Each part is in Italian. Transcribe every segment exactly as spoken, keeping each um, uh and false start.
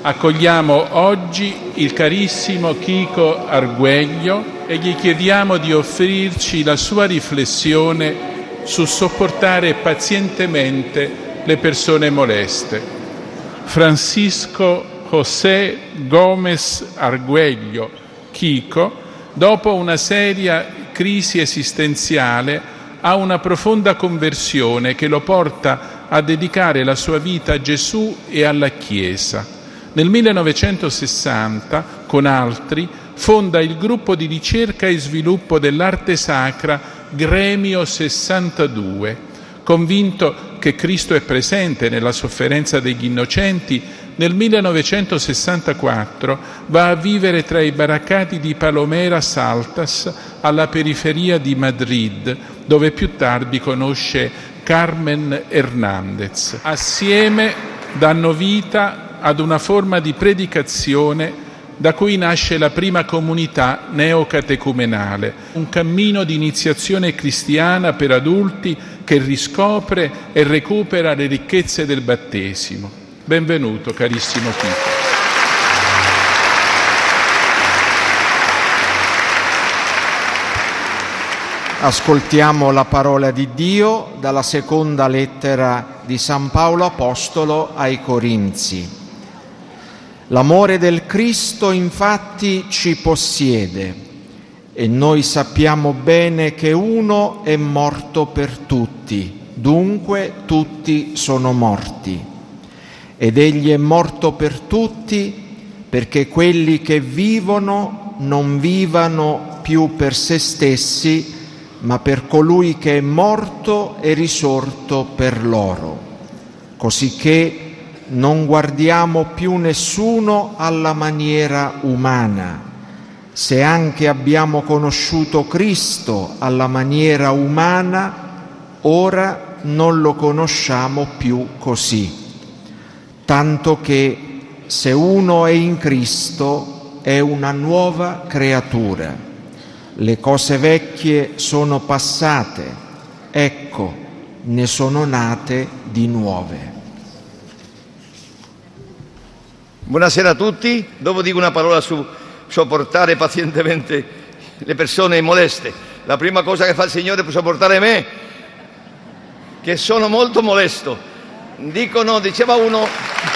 Accogliamo oggi il carissimo Chico Arguello e gli chiediamo di offrirci la sua riflessione su sopportare pazientemente le persone moleste. Francisco José Gómez Arguello, Chico, dopo una seria crisi esistenziale, ha una profonda conversione che lo porta a dedicare la sua vita a Gesù e alla Chiesa. Nel millenovecentosessanta, con altri, fonda il gruppo di ricerca e sviluppo dell'arte sacra Gremio sessantadue. Convinto che Cristo è presente nella sofferenza degli innocenti, nel millenovecentosessantaquattro va a vivere tra i baraccati di Palomera Saltas, alla periferia di Madrid, dove più tardi conosce Carmen Hernández. Assieme danno vita ad una forma di predicazione da cui nasce la prima comunità neocatecumenale, un cammino di iniziazione cristiana per adulti che riscopre e recupera le ricchezze del battesimo. Benvenuto, carissimo Chico. Ascoltiamo la parola di Dio dalla seconda lettera di San Paolo Apostolo ai Corinzi. L'amore del Cristo infatti ci possiede e noi sappiamo bene che uno è morto per tutti, dunque tutti sono morti. Ed egli è morto per tutti perché quelli che vivono non vivano più per se stessi, ma per colui che è morto e risorto per loro, cosicché non guardiamo più nessuno alla maniera umana. Se anche abbiamo conosciuto Cristo alla maniera umana, ora non lo conosciamo più così. Tanto che se uno è in Cristo è una nuova creatura. Le cose vecchie sono passate, ecco, ne sono nate di nuove. Buonasera a tutti. Dopo dico una parola su sopportare pazientemente le persone moleste. La prima cosa che fa il Signore per sopportare me, che sono molto molesto. Dicono, diceva uno,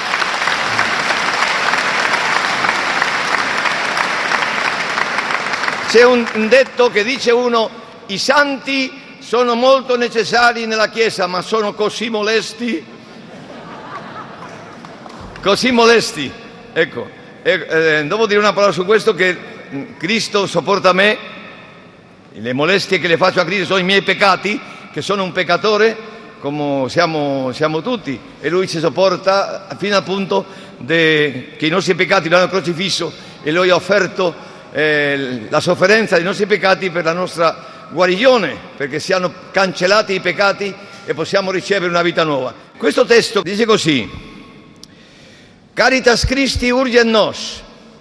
c'è un detto che dice uno: i santi sono molto necessari nella Chiesa, ma sono così molesti, così molesti. Ecco, eh, devo dire una parola su questo, che Cristo sopporta me, le molestie che le faccio a Cristo sono i miei peccati, che sono un peccatore, come siamo, siamo tutti, e Lui ci sopporta fino al punto de, che i nostri peccati l'hanno crocifisso e Lui ha offerto eh, la sofferenza dei nostri peccati per la nostra guarigione, perché siano cancellati i peccati e possiamo ricevere una vita nuova. Questo testo dice così: Caritas Christi urge in nos.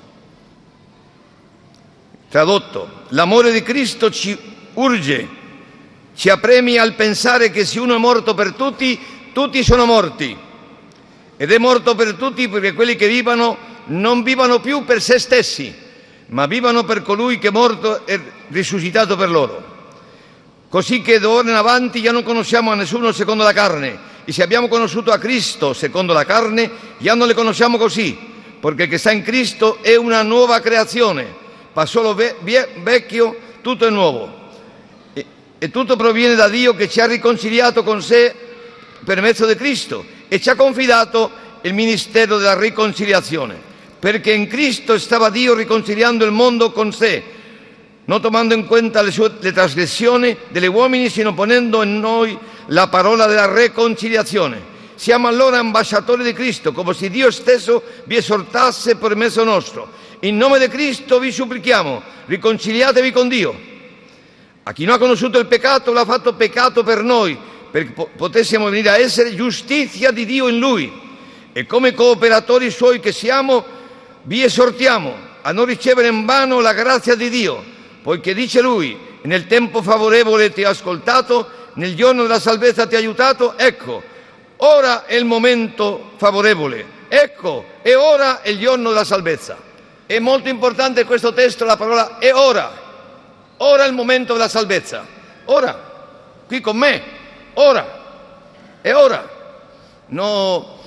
Tradotto, l'amore di Cristo ci urge, ci apremia al pensare che se uno è morto per tutti, tutti sono morti. Ed è morto per tutti perché quelli che vivono non vivono più per se stessi, ma vivono per colui che è morto e risuscitato per loro. Così che d'ora in avanti già non conosciamo a nessuno secondo la carne, e se abbiamo conosciuto a Cristo secondo la carne, già non le conosciamo così, perché il che sta in Cristo è una nuova creazione, passò lo ve- vie- vecchio, tutto è nuovo. E, e tutto proviene da Dio, che ci ha riconciliato con sé per mezzo di Cristo e ci ha confidato il ministero della riconciliazione, perché in Cristo stava Dio riconciliando il mondo con sé, non tomando in conto le, sue, le trasgressioni degli uomini, sino ponendo in noi la parola della riconciliazione. Siamo allora ambasciatori di Cristo, come se Dio stesso vi esortasse per mezzo nostro. In nome di Cristo vi supplichiamo, riconciliatevi con Dio. A chi non ha conosciuto il peccato, l'ha fatto peccato per noi, perché potessimo venire a essere giustizia di Dio in Lui. E come cooperatori Suoi che siamo, vi esortiamo a non ricevere in vano la grazia di Dio, poiché dice Lui: nel tempo favorevole ti ho ascoltato, nel giorno della salvezza ti ho aiutato, ecco, ora è il momento favorevole. ecco, è ora il giorno della salvezza. È molto importante questo testo, la parola è ora. Ora è il momento della salvezza. Ora, qui con me, ora, è ora. No.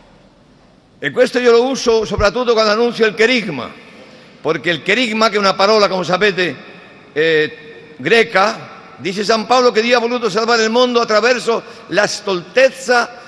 E questo io lo uso soprattutto quando annunzio il cherigma, perché il cherigma, che è una parola, come sapete, eh, greca, dice San Paolo che Dio ha voluto salvare il mondo attraverso la stoltezza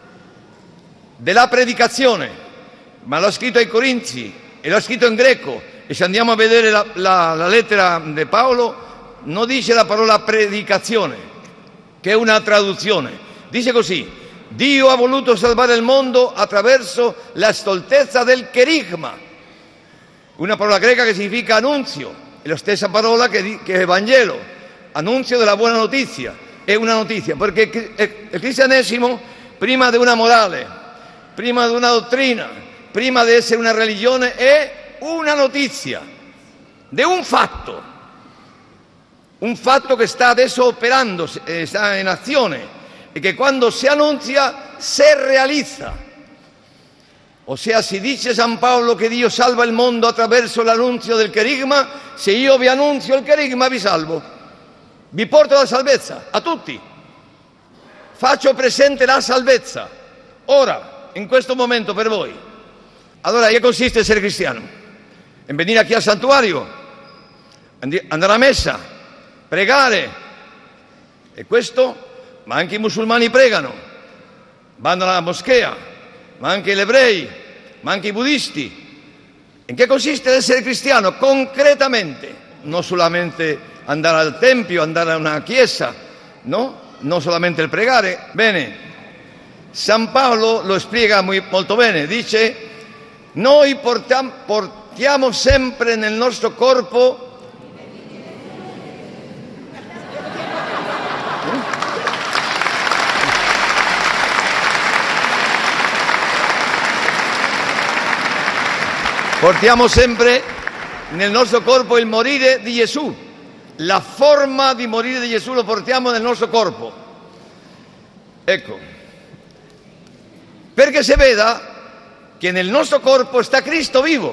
della predicazione, ma l'ha scritto ai Corinzi e l'ha scritto in greco, e se andiamo a vedere la, la, la lettera di Paolo non dice la parola predicazione, che è una traduzione, dice così: Dio ha voluto salvare il mondo attraverso la stoltezza del cherigma, una parola greca che significa annunzio, è la stessa parola che, che è Vangelo, annunzio della buona notizia, è una notizia, perché il cristianesimo, prima di una morale, prima di una dottrina, prima di essere una religione, è una notizia di un fatto, un fatto che sta adesso operando, sta in azione, e che quando si annunzia si realizza. Ossia, si dice San Paolo che Dio salva il mondo attraverso l'annunzio del cherigma. Se io vi annunzio il cherigma vi salvo, vi porto la salvezza a tutti, faccio presente la salvezza ora, in questo momento, per voi. Allora, che consiste essere cristiano? In venire qui al santuario, andare a messa, pregare, e questo. Ma anche i musulmani pregano, vanno alla moschea, ma anche gli ebrei, ma anche i buddisti. In che consiste essere cristiano? Concretamente, non solamente andare al tempio, andare a una chiesa, no? Non solamente il pregare. Bene, San Paolo lo spiega molto bene, dice: noi portiamo, portiamo sempre nel nostro corpo Portiamo sempre nel nostro corpo il morire di Gesù, la forma di morire di Gesù lo portiamo nel nostro corpo. Ecco, perché si veda che nel nostro corpo sta Cristo vivo.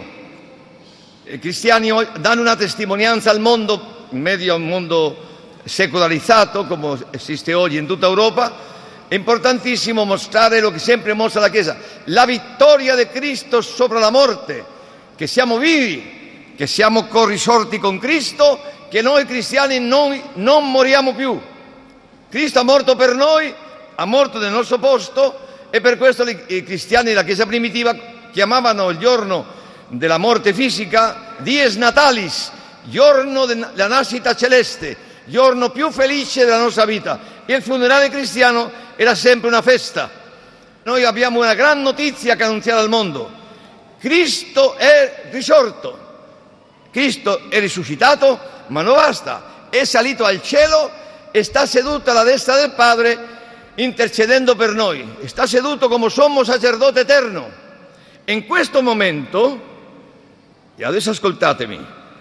I cristiani danno una testimonianza al mondo, in medio a un mondo secolarizzato come esiste oggi in tutta Europa. È importantissimo mostrare lo che sempre mostra la Chiesa, la vittoria di Cristo sopra la morte, che siamo vivi, che siamo corrisorti con Cristo, che noi cristiani non, non moriamo più. Cristo ha morto per noi, ha morto nel nostro posto, e per questo i cristiani della Chiesa primitiva chiamavano il giorno della morte fisica Dies Natalis, giorno della nascita celeste, giorno più felice della nostra vita. E il funerale cristiano era sempre una festa. Noi abbiamo una gran notizia che annunciare al mondo: Cristo è risorto, Cristo è risuscitato, ma non basta, è salito al cielo e sta seduto alla destra del Padre intercedendo per noi, sta seduto come sommo sacerdote eterno. E in questo momento, e adesso ascoltatemi,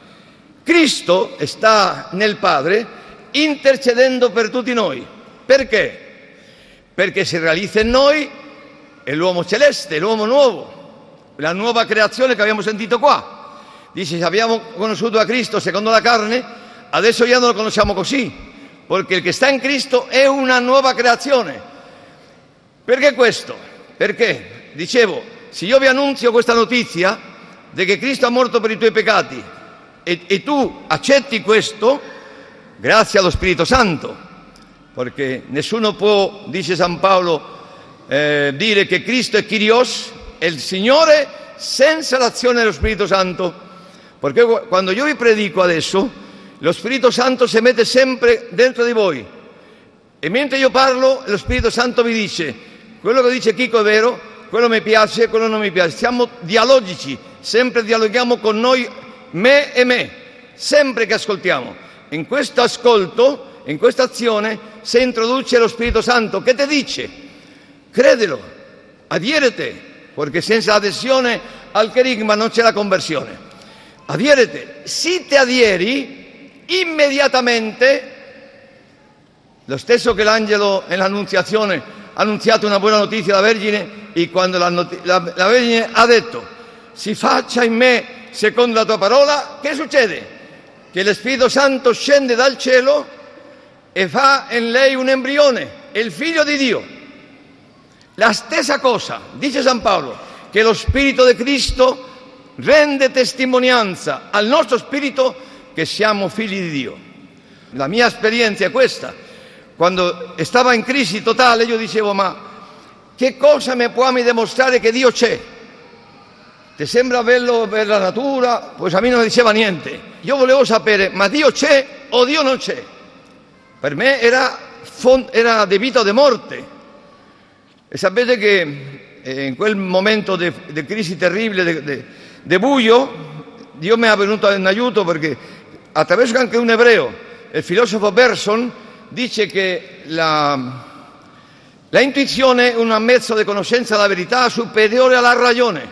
Cristo sta nel Padre intercedendo per tutti noi. Perché? Perché si realizza in noi l'uomo celeste, l'uomo nuovo, la nuova creazione che abbiamo sentito qua. Dice: se abbiamo conosciuto a Cristo secondo la carne, adesso già non lo conosciamo così, perché il che sta in Cristo è una nuova creazione. Perché questo? Perché, dicevo, se io vi annunzio questa notizia di che Cristo ha morto per i tuoi peccati e, e tu accetti questo, grazie allo Spirito Santo, perché nessuno può, dice San Paolo, eh, dire che Cristo è Kyrios, è il Signore, senza l'azione dello Spirito Santo. Perché quando io vi predico adesso, lo Spirito Santo si mette sempre dentro di voi, e mentre io parlo lo Spirito Santo vi dice: quello che dice Chico è vero, quello mi piace, quello non mi piace. Siamo dialogici, sempre dialoghiamo con noi, me e me, sempre che ascoltiamo. In questo ascolto, in questa azione, si introduce lo Spirito Santo che ti dice: credelo, adierete, perché senza adesione al cherigma non c'è la conversione. Adierete, se ti adieri, immediatamente, lo stesso che l'angelo nell'annunziazione ha annunziato una buona notizia alla Vergine, e quando la, not- la, la Vergine ha detto si faccia in me secondo la tua parola, che succede? Che lo Spirito Santo scende dal cielo e fa in lei un embrione, è il figlio di Dio. La stessa cosa, dice San Paolo, che lo Spirito di Cristo rende testimonianza al nostro spirito che siamo figli di Dio. La mia esperienza è questa. Quando stavo in crisi totale io dicevo, ma che cosa mi può dimostrare che Dio c'è? Ti sembra bello per la natura? Pues a me non mi diceva niente. Io volevo sapere, ma Dio c'è o Dio non c'è? Per me era, era di vita o di morte. E sapete che in quel momento di crisi terribile, di buio, Dio mi è venuto in aiuto perché attraverso anche un ebreo, il filosofo Bergson, dice che la, la intuizione è un mezzo di conoscenza della verità superiore alla ragione.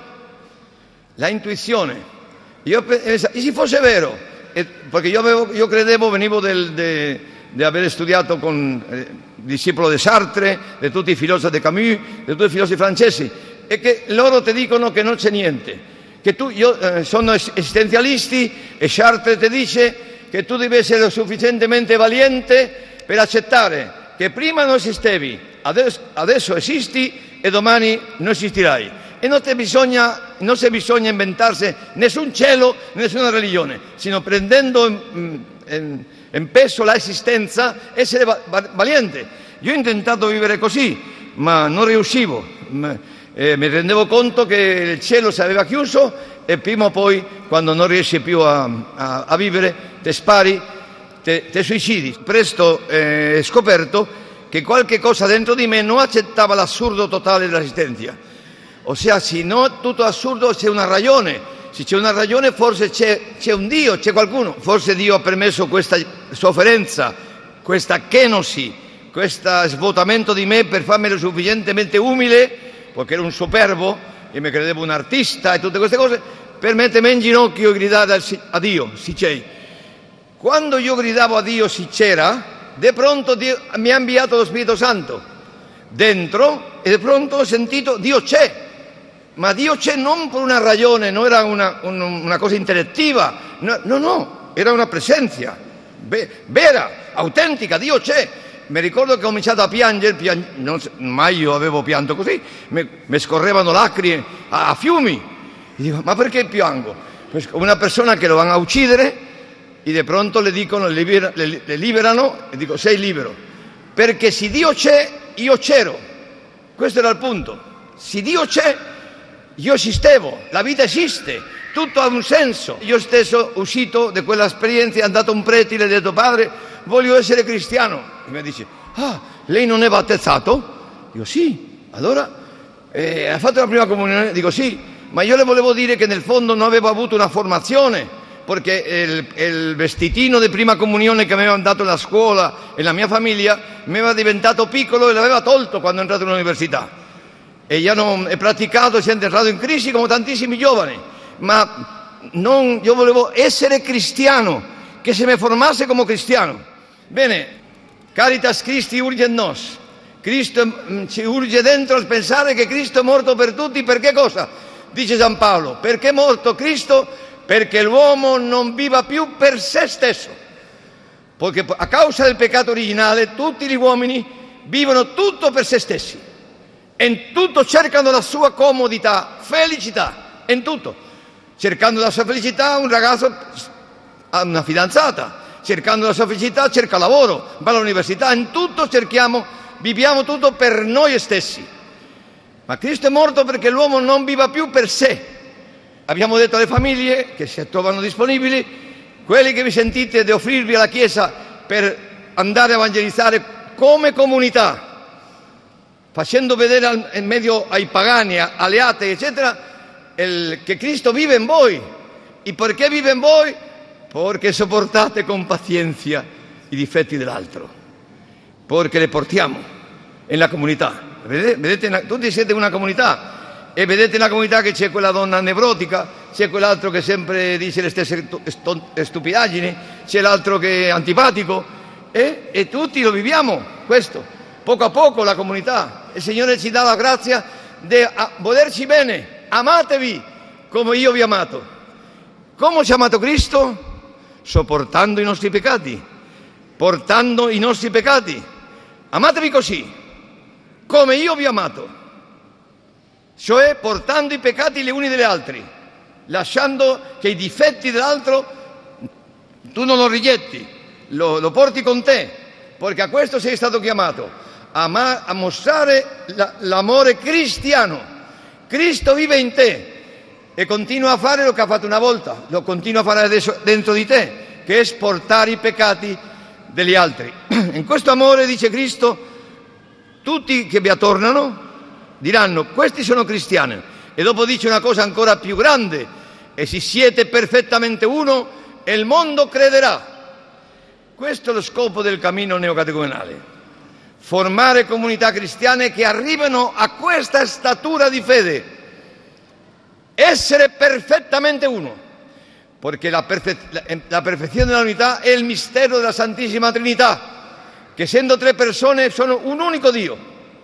La intuizione. Io, e se fosse vero, perché io, avevo, io credevo, venivo del, de, di aver studiato con eh, discepolo di Sartre, di tutti i filosofi di Camus, di tutti i filosofi francesi, e che loro ti dicono che non c'è niente. Che tu, io, eh, sono esistenzialisti e Sartre ti dice che tu devi essere sufficientemente valiente per accettare che prima non esistevi, adesso, adesso esisti e domani non esistirai. E non, te bisogna, non si bisogna inventarsi nessun cielo, nessuna religione, sino prendendo in, in, in peso l'esistenza, essere valiente. Io ho intentato vivere così, ma non riuscivo. Eh, mi rendevo conto che il cielo si aveva chiuso e prima o poi, quando non riesci più a, a, a vivere, ti spari, ti suicidi. Presto ho eh, scoperto che qualche cosa dentro di me non accettava l'assurdo totale dell'esistenza. Ossia, se no tutto assurdo c'è una ragione, se c'è una ragione forse c'è, c'è un Dio, c'è qualcuno, forse Dio ha permesso questa sofferenza, questa kenosi, questo svuotamento di me per farmi sufficientemente umile, perché ero un superbo e mi credevo un artista e tutte queste cose, per mettermi in ginocchio e gridare a Dio, si c'è. Quando io gridavo a Dio si c'era, di pronto Dio mi ha inviato lo Spirito Santo dentro e di pronto ho sentito Dio c'è. Ma Dio c'è non per una ragione, non era una, un, una cosa intellettiva, no, no, no, era una presenza vera, autentica, Dio c'è. Mi ricordo che ho cominciato a piangere, piang... non, mai io avevo pianto così, mi, mi scorrevano lacrime a, a fiumi. E dico, ma perché piango? Una persona che lo vanno a uccidere e di pronto le dicono, le, libera, le, le liberano e dico, sei libero. Perché se Dio c'è, io c'ero. Questo era il punto. Se Dio c'è, io esistevo, la vita esiste, tutto ha un senso. Io stesso, uscito da quella esperienza, è andato un prete e gli ho detto, padre, voglio essere cristiano. E mi dice, ah, lei non è battezzato? Dico, sì. Allora, eh, ha fatto la prima comunione? Dico, sì. Ma io le volevo dire che nel fondo non avevo avuto una formazione, perché il, il vestitino di prima comunione che mi avevano dato la scuola e la mia famiglia mi aveva diventato piccolo e l'aveva tolto quando è entrato all'università. E io non ho praticato e si è entrato in crisi come tantissimi giovani, ma non, io volevo essere cristiano, che se mi formasse come cristiano. Bene, Caritas Christi urge in nos, Cristo ci urge dentro a pensare che Cristo è morto per tutti, perché cosa? Dice San Paolo, perché è morto Cristo? Perché l'uomo non viva più per se stesso, perché a causa del peccato originale tutti gli uomini vivono tutto per se stessi. In tutto cercano la sua comodità, felicità, in tutto. Cercando la sua felicità un ragazzo ha una fidanzata, cercando la sua felicità cerca lavoro, va all'università, in tutto cerchiamo, viviamo tutto per noi stessi. Ma Cristo è morto perché l'uomo non viva più per sé. Abbiamo detto alle famiglie che si trovano disponibili, quelli che vi sentite di offrirvi alla Chiesa per andare a evangelizzare come comunità, facendo vedere in medio ai pagani, alle atei, eccetera, il, che Cristo vive in voi. E perché vive in voi? Perché sopportate con pazienza i difetti dell'altro, perché le portiamo nella comunità. Vedete, vedete, tutti siete una comunità e vedete nella comunità che c'è quella donna nevrotica, c'è quell'altro che sempre dice le stesse stupidaggini, c'è l'altro che è antipatico e, e tutti lo viviamo questo. Poco a poco la comunità, il Signore ci dà la grazia di volerci bene. Amatevi come io vi ho amato. Come ci ha amato Cristo? Sopportando i nostri peccati, portando i nostri peccati. Amatevi così, come io vi ho amato, cioè portando i peccati gli uni degli altri, lasciando che i difetti dell'altro tu non lo rigetti, lo, lo porti con te, perché a questo sei stato chiamato, a, ma, a mostrare la, l'amore cristiano. Cristo vive in te e continua a fare lo che ha fatto una volta, lo continua a fare adesso dentro di te, che è portare i peccati degli altri. In questo amore, dice Cristo, tutti che vi attornano diranno: questi sono cristiani. E dopo dice una cosa ancora più grande: e se siete perfettamente uno, e il mondo crederà. Questo è lo scopo del cammino neocatecumenale: formare comunità cristiane che arrivano a questa statura di fede, essere perfettamente uno, perché la, perfe- la perfezione dell'unità è il mistero della Santissima Trinità, che essendo tre persone sono un unico Dio.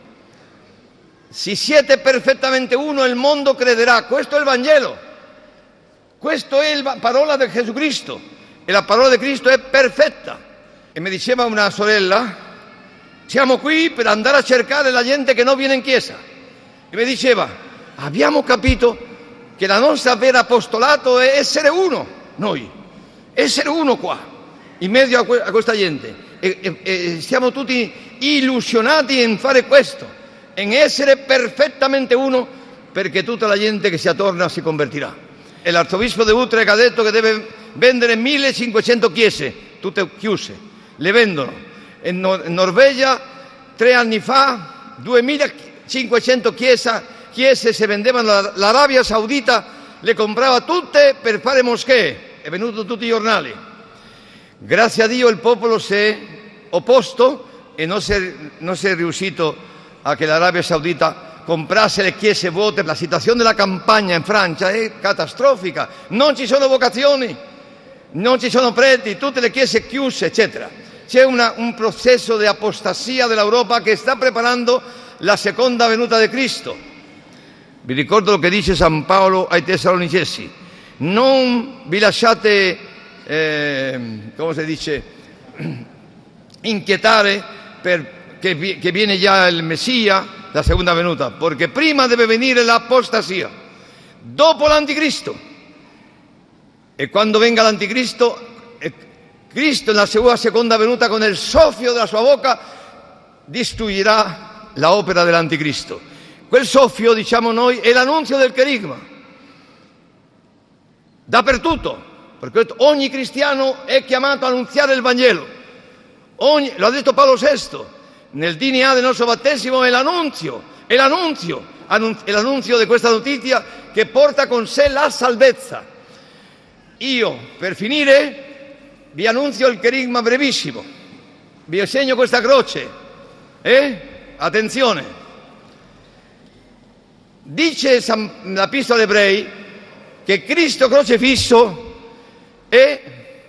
Se siete perfettamente uno, il mondo crederà. Questo è il Vangelo, questa è la parola di Gesù Cristo, e la parola di Cristo è perfetta. E mi diceva una sorella: siamo qui per andare a cercare la gente che non viene in chiesa. E mi diceva: abbiamo capito che la nostra vera apostolato è essere uno, noi, essere uno qua, in mezzo a, que- a questa gente. E, e, e siamo tutti illusionati in fare questo, in essere perfettamente uno, perché tutta la gente che si attorna si convertirà. E l'arzobispo di Utrecht ha detto che deve vendere millecinquecento chiese, tutte chiuse, le vendono. In, Nor- in Norvegia, tre anni fa, duemilacinquecento chiese chiese si vendevano, l'Arabia Saudita le comprava tutte per fare moschee, è venuto tutti i giornali. Grazie a Dio il popolo si è opposto e non si è, non si è riuscito a che l'Arabia Saudita comprasse le chiese vuote. La situazione della campagna in Francia è catastrofica, non ci sono vocazioni, non ci sono preti, tutte le chiese chiuse, eccetera. C'è una, un processo di apostasia dell'Europa che sta preparando la seconda venuta di Cristo. Vi ricordo lo che dice San Paolo ai Tessalonicesi: non vi lasciate, eh, come si dice, inquietare perché che viene già il Messia, la seconda venuta, perché prima deve venire l'apostasia, dopo l'anticristo. E quando venga l'anticristo, Cristo nella sua seconda venuta con il soffio della sua bocca distruggerà l'opera dell'anticristo. Quel soffio, diciamo noi, è l'annunzio del cherigma, dappertutto, perché ogni cristiano è chiamato a annunziare il Vangelo. Ogni, lo ha detto Paolo sesto, nel D N A del nostro battesimo è l'annunzio, è l'annunzio, è l'annunzio di questa notizia che porta con sé la salvezza. Io, per finire, vi annunzio il cherigma brevissimo, vi segno questa croce, eh? Attenzione. Dice l'Epistola agli Ebrei che Cristo crocefisso è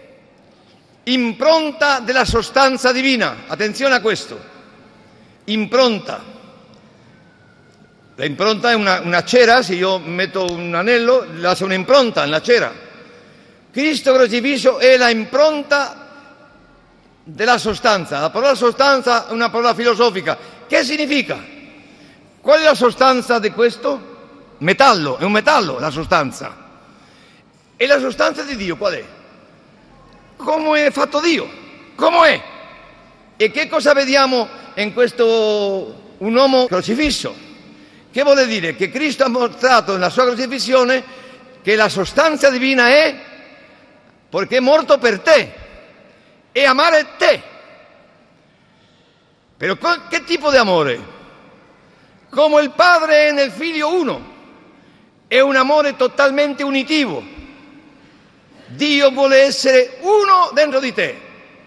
impronta della sostanza divina. Attenzione a questo, impronta. L'impronta è una, una cera, se io metto un anello, lascia un'impronta nella cera. Cristo crocifisso è la impronta della sostanza. La parola sostanza è una parola filosofica. Che significa? Qual è la sostanza di questo? Metallo, è un metallo la sostanza. E la sostanza di Dio qual è? Come è fatto Dio? Come è? E che cosa vediamo in questo un uomo crocifisso? Che vuole dire? Che Cristo ha mostrato nella sua crocifissione che la sostanza divina è perché è morto per te e amare te. Però che tipo di amore? Come il Padre è nel Figlio uno, è un amore totalmente unitivo. Dio vuole essere uno dentro di te.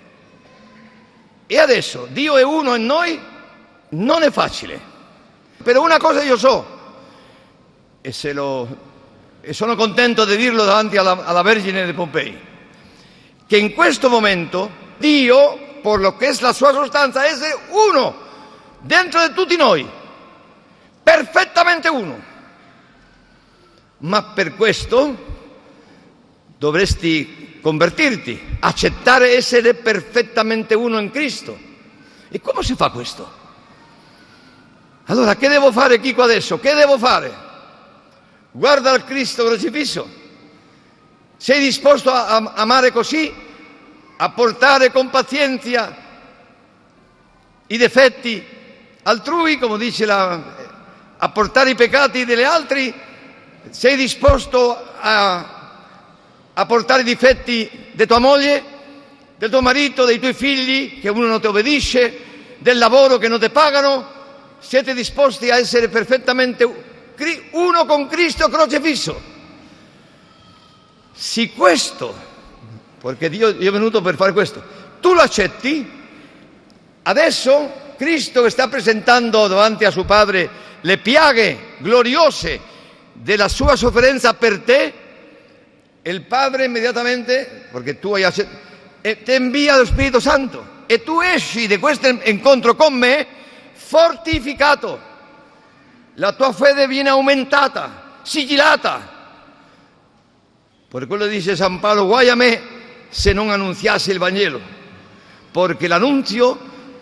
E adesso Dio è uno in noi, non è facile. Però una cosa io so, e, se lo, e sono contento di dirlo davanti alla, alla Vergine di Pompei, che in questo momento Dio, per lo che è la sua sostanza, è uno dentro di tutti noi. perfettamente uno. Ma per questo dovresti convertirti, accettare essere perfettamente uno in Cristo. E come si fa questo? Allora, che devo fare, Chico, adesso? Che devo fare? Guarda il Cristo crocifisso. Sei disposto a amare così? A portare con pazienza i difetti altrui, come dice la... a portare i peccati degli altri? Sei disposto a, a portare i difetti di tua moglie, del tuo marito, dei tuoi figli, che uno non ti obbedisce, del lavoro che non ti pagano? Siete disposti a essere perfettamente uno con Cristo crocifisso? Se questo, perché Dio, Dio è venuto per fare questo, tu lo accetti, adesso Cristo che sta presentando davanti a suo Padre le piaghe gloriose della sua sofferenza per te, il Padre immediatamente, perché tu hai accettato, ti invia lo Spirito Santo e tu esci di questo incontro con me fortificato. La tua fede viene aumentata, sigillata. Per quello dice San Paolo: guai a me se non annunziassi il Vangelo, perché l'annunzio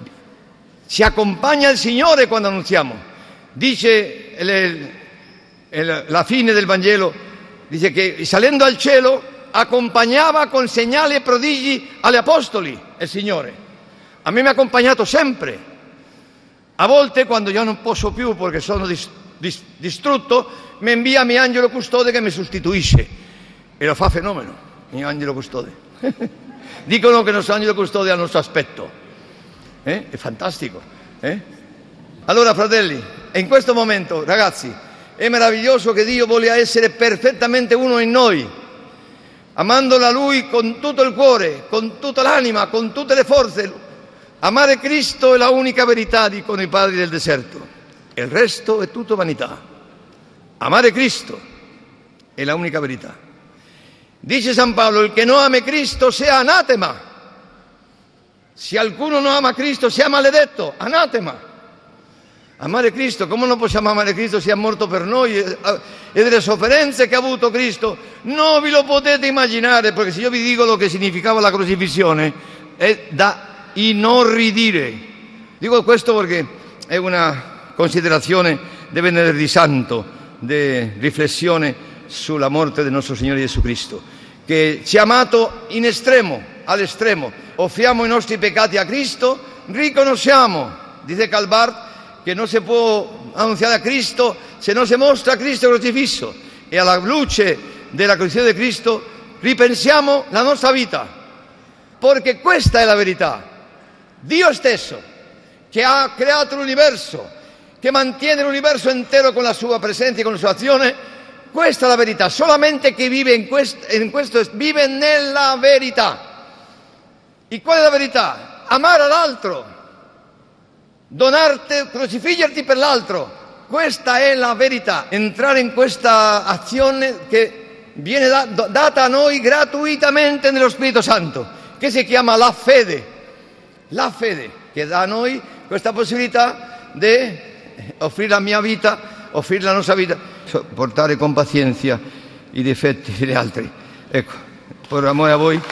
ci accompagna il Signore quando annunziamo. Dice il, il, la fine del Vangelo, dice che salendo al cielo accompagnava con segnali e prodigi agli apostoli il Signore. A me mi ha accompagnato sempre. A volte, quando io non posso più perché sono dis, dis, distrutto, mi invia mio angelo custode che mi sostituisce e lo fa fenomeno, mio angelo custode. Dicono che il nostro angelo custode ha il nostro aspetto, eh? È fantastico, eh? Allora, fratelli, in questo momento, ragazzi, è meraviglioso che Dio voglia essere perfettamente uno in noi, amandola a Lui con tutto il cuore, con tutta l'anima, con tutte le forze. Amare Cristo è la unica verità, dicono i padri del deserto. Il resto è tutto vanità. Amare Cristo è la unica verità. Dice San Paolo: il che non ama Cristo sia anatema. Se qualcuno non ama Cristo sia maledetto, anatema. Amare Cristo, come non possiamo amare Cristo? Sia morto per noi e delle sofferenze che ha avuto Cristo non vi lo potete immaginare, perché se io vi dico lo che significava la crocifissione è da inorridire. Dico questo perché è una considerazione di venerdì santo, di riflessione sulla morte del nostro Signore Gesù Cristo, che ci ha amato in estremo, all'estremo. Offriamo i nostri peccati a Cristo, riconosciamo, dice Calbart, che non si può annunziare a Cristo se non si mostra Cristo crocifisso, e alla luce della crocifissione di Cristo ripensiamo la nostra vita, perché questa è la verità. Dio stesso, che ha creato l'universo, che mantiene l'universo intero con la sua presenza e con la sua azione, questa è la verità. Solamente chi vive in questo, in questo vive nella verità. E qual è la verità? Amare l'altro, donarti, crocifiggerti per l'altro. Questa è la verità. Entrare in questa azione che viene da, data a noi gratuitamente nello Spirito Santo, che si chiama la fede. La fede che dà a noi questa possibilità di offrire la mia vita, offrire la nostra vita, portare con pazienza i difetti degli altri. Ecco, per amore a voi.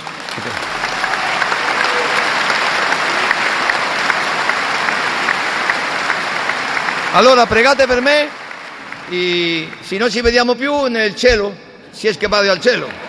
Allora pregate per me e se non ci vediamo più nel cielo, si è scappato al cielo.